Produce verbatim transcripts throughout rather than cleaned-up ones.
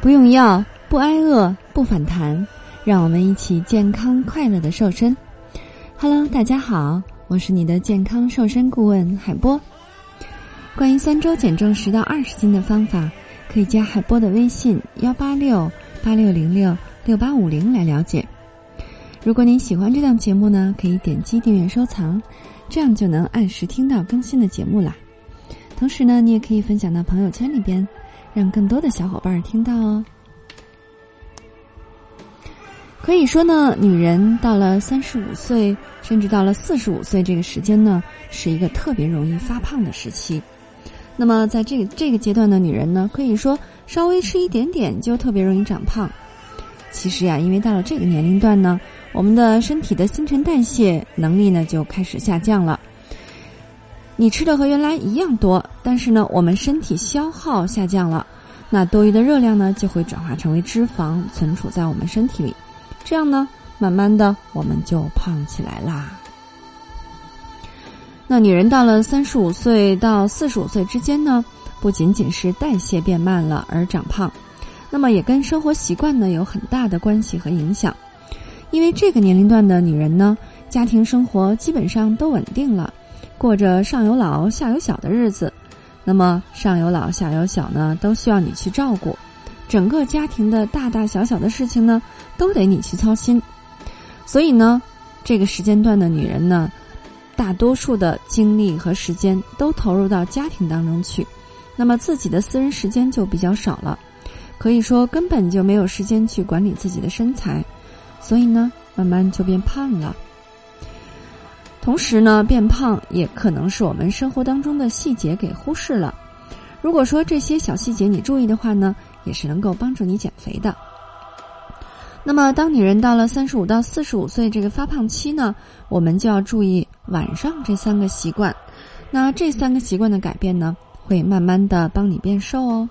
不用药，不挨饿，不反弹，让我们一起健康快乐的瘦身。Hello， 大家好，我是你的健康瘦身顾问海波。关于三周减重十到二十斤的方法，可以加海波的微信幺八六八六零六六八五零来了解。如果您喜欢这档节目呢，可以点击订阅收藏，这样就能按时听到更新的节目啦。同时呢，你也可以分享到朋友圈里边，让更多的小伙伴听到哦。可以说呢，女人到了三十五岁，甚至到了四十五岁这个时间呢，是一个特别容易发胖的时期。那么在这个这个阶段的女人呢，可以说稍微吃一点点就特别容易长胖。其实呀，因为到了这个年龄段呢，我们的身体的新陈代谢能力呢就开始下降了。你吃的和原来一样多，但是呢，我们身体消耗下降了，那多余的热量呢就会转化成为脂肪，存储在我们身体里。这样呢，慢慢的我们就胖起来啦。那女人到了三十五岁到四十五岁之间呢，不仅仅是代谢变慢了而长胖，那么也跟生活习惯呢有很大的关系和影响。因为这个年龄段的女人呢，家庭生活基本上都稳定了，过着上有老下有小的日子。那么上有老下有小呢，都需要你去照顾，整个家庭的大大小小的事情呢，都得你去操心。所以呢，这个时间段的女人呢，大多数的精力和时间都投入到家庭当中去，那么自己的私人时间就比较少了，可以说根本就没有时间去管理自己的身材，所以呢，慢慢就变胖了。同时呢，变胖也可能是我们生活当中的细节给忽视了。如果说这些小细节你注意的话呢，也是能够帮助你减肥的。那么当女人到了三十五到四十五岁这个发胖期呢，我们就要注意晚上这三个习惯。那这三个习惯的改变呢，会慢慢的帮你变瘦哦。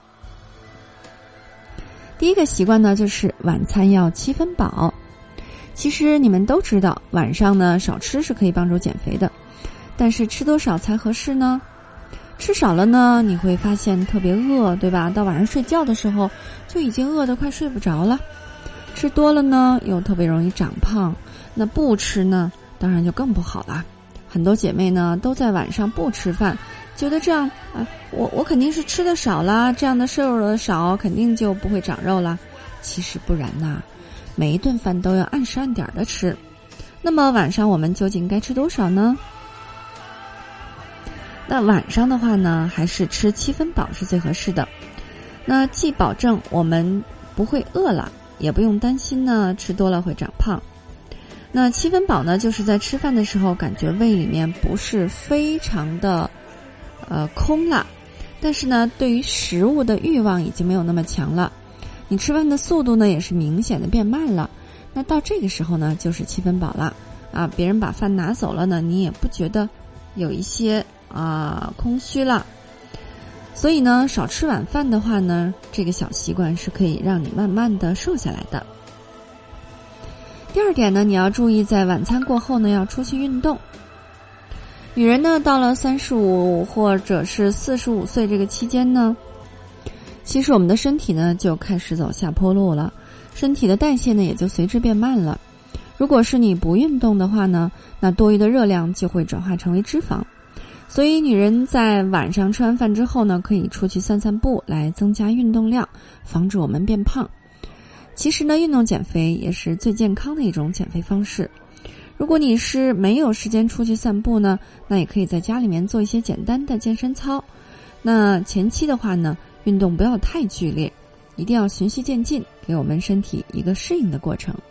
第一个习惯呢，就是晚餐要七分饱。其实你们都知道，晚上呢少吃是可以帮助减肥的，但是吃多少才合适呢？吃少了呢，你会发现特别饿，对吧？到晚上睡觉的时候就已经饿得快睡不着了。吃多了呢，又特别容易长胖。那不吃呢，当然就更不好了。很多姐妹呢都在晚上不吃饭，觉得这样啊，我我肯定是吃的少啦，这样的摄入的少，肯定就不会长肉啦。其实不然呐，每一顿饭都要按时按点的吃。那么晚上我们究竟该吃多少呢？那晚上的话呢，还是吃七分饱是最合适的。那既保证我们不会饿了，也不用担心呢吃多了会长胖。那七分饱呢，就是在吃饭的时候感觉胃里面不是非常的呃空了，但是呢对于食物的欲望已经没有那么强了，你吃饭的速度呢也是明显的变慢了。那到这个时候呢，就是七分饱了啊，别人把饭拿走了呢，你也不觉得有一些啊空虚了。所以呢，少吃晚饭的话呢，这个小习惯是可以让你慢慢的瘦下来的。第二点呢，你要注意在晚餐过后呢，要出去运动。女人呢，到了三十五或者是四十五岁这个期间呢，其实我们的身体呢就开始走下坡路了，身体的代谢呢也就随之变慢了。如果是你不运动的话呢，那多余的热量就会转化成为脂肪。所以女人在晚上吃完饭之后呢，可以出去散散步来增加运动量，防止我们变胖。其实呢，运动减肥也是最健康的一种减肥方式。如果你是没有时间出去散步呢，那也可以在家里面做一些简单的健身操。那前期的话呢，运动不要太剧烈，一定要循序渐进，给我们身体一个适应的过程。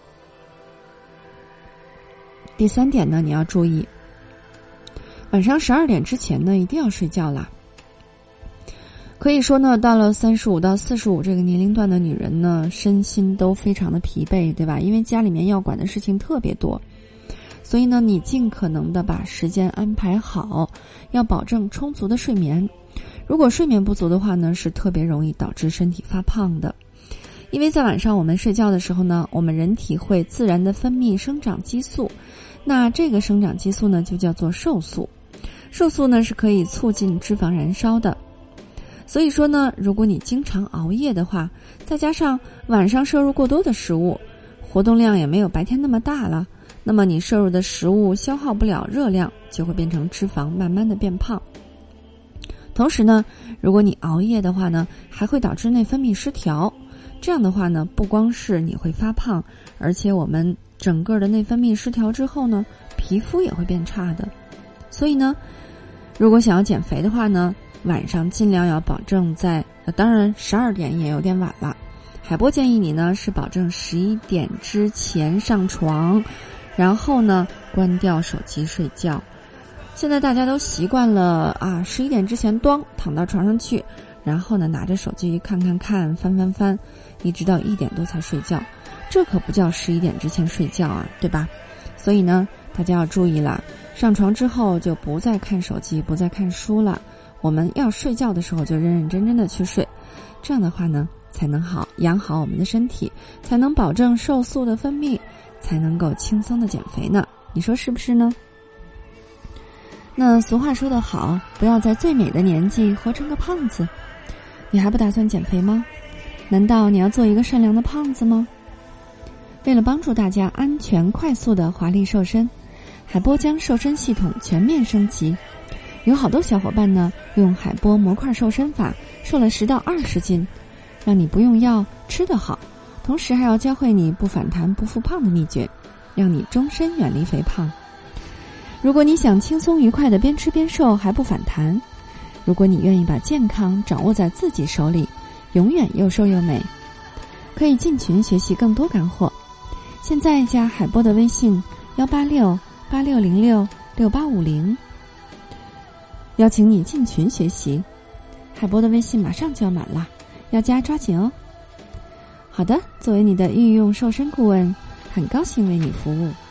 第三点呢，你要注意晚上十二点之前呢，一定要睡觉啦。可以说呢，到了三十五到四十五这个年龄段的女人呢，身心都非常的疲惫，对吧？因为家里面要管的事情特别多，所以呢，你尽可能的把时间安排好，要保证充足的睡眠。如果睡眠不足的话呢，是特别容易导致身体发胖的。因为在晚上我们睡觉的时候呢，我们人体会自然的分泌生长激素，那这个生长激素呢就叫做瘦素。瘦素呢是可以促进脂肪燃烧的。 所以说呢，如果你经常熬夜的话，再加上晚上摄入过多的食物，活动量也没有白天那么大了，那么你摄入的食物消耗不了热量，就会变成脂肪，慢慢的变胖。同时呢，如果你熬夜的话呢，还会导致内分泌失调。这样的话呢，不光是你会发胖，而且我们整个的内分泌失调之后呢，皮肤也会变差的。所以呢，如果想要减肥的话呢，晚上尽量要保证在，呃、当然十二点也有点晚了。海波建议你呢是保证十一点之前上床，然后呢关掉手机睡觉。现在大家都习惯了啊，十一点之前咣躺到床上去，然后呢拿着手机看看看翻翻翻，一直到一点多才睡觉，这可不叫十一点之前睡觉啊，对吧？所以呢大家要注意了，上床之后就不再看手机，不再看书了，我们要睡觉的时候就认认真真的去睡，这样的话呢才能好养好我们的身体，才能保证瘦素的分泌，才能够轻松的减肥呢，你说是不是呢？那俗话说得好，不要在最美的年纪活成个胖子。你还不打算减肥吗？难道你要做一个善良的胖子吗？为了帮助大家安全快速的华丽瘦身，海波将瘦身系统全面升级。有好多小伙伴呢用海波模块瘦身法瘦了十到二十斤，让你不用药吃得好，同时还要教会你不反弹不复胖的秘诀，让你终身远离肥胖。如果你想轻松愉快的边吃边瘦还不反弹，如果你愿意把健康掌握在自己手里，永远又瘦又美，可以进群学习更多干货。现在加海波的微信幺八六八六零六六八五零，邀请你进群学习。海波的微信马上就要满了，要加抓紧哦。好的，作为你的御用瘦身顾问，很高兴为你服务。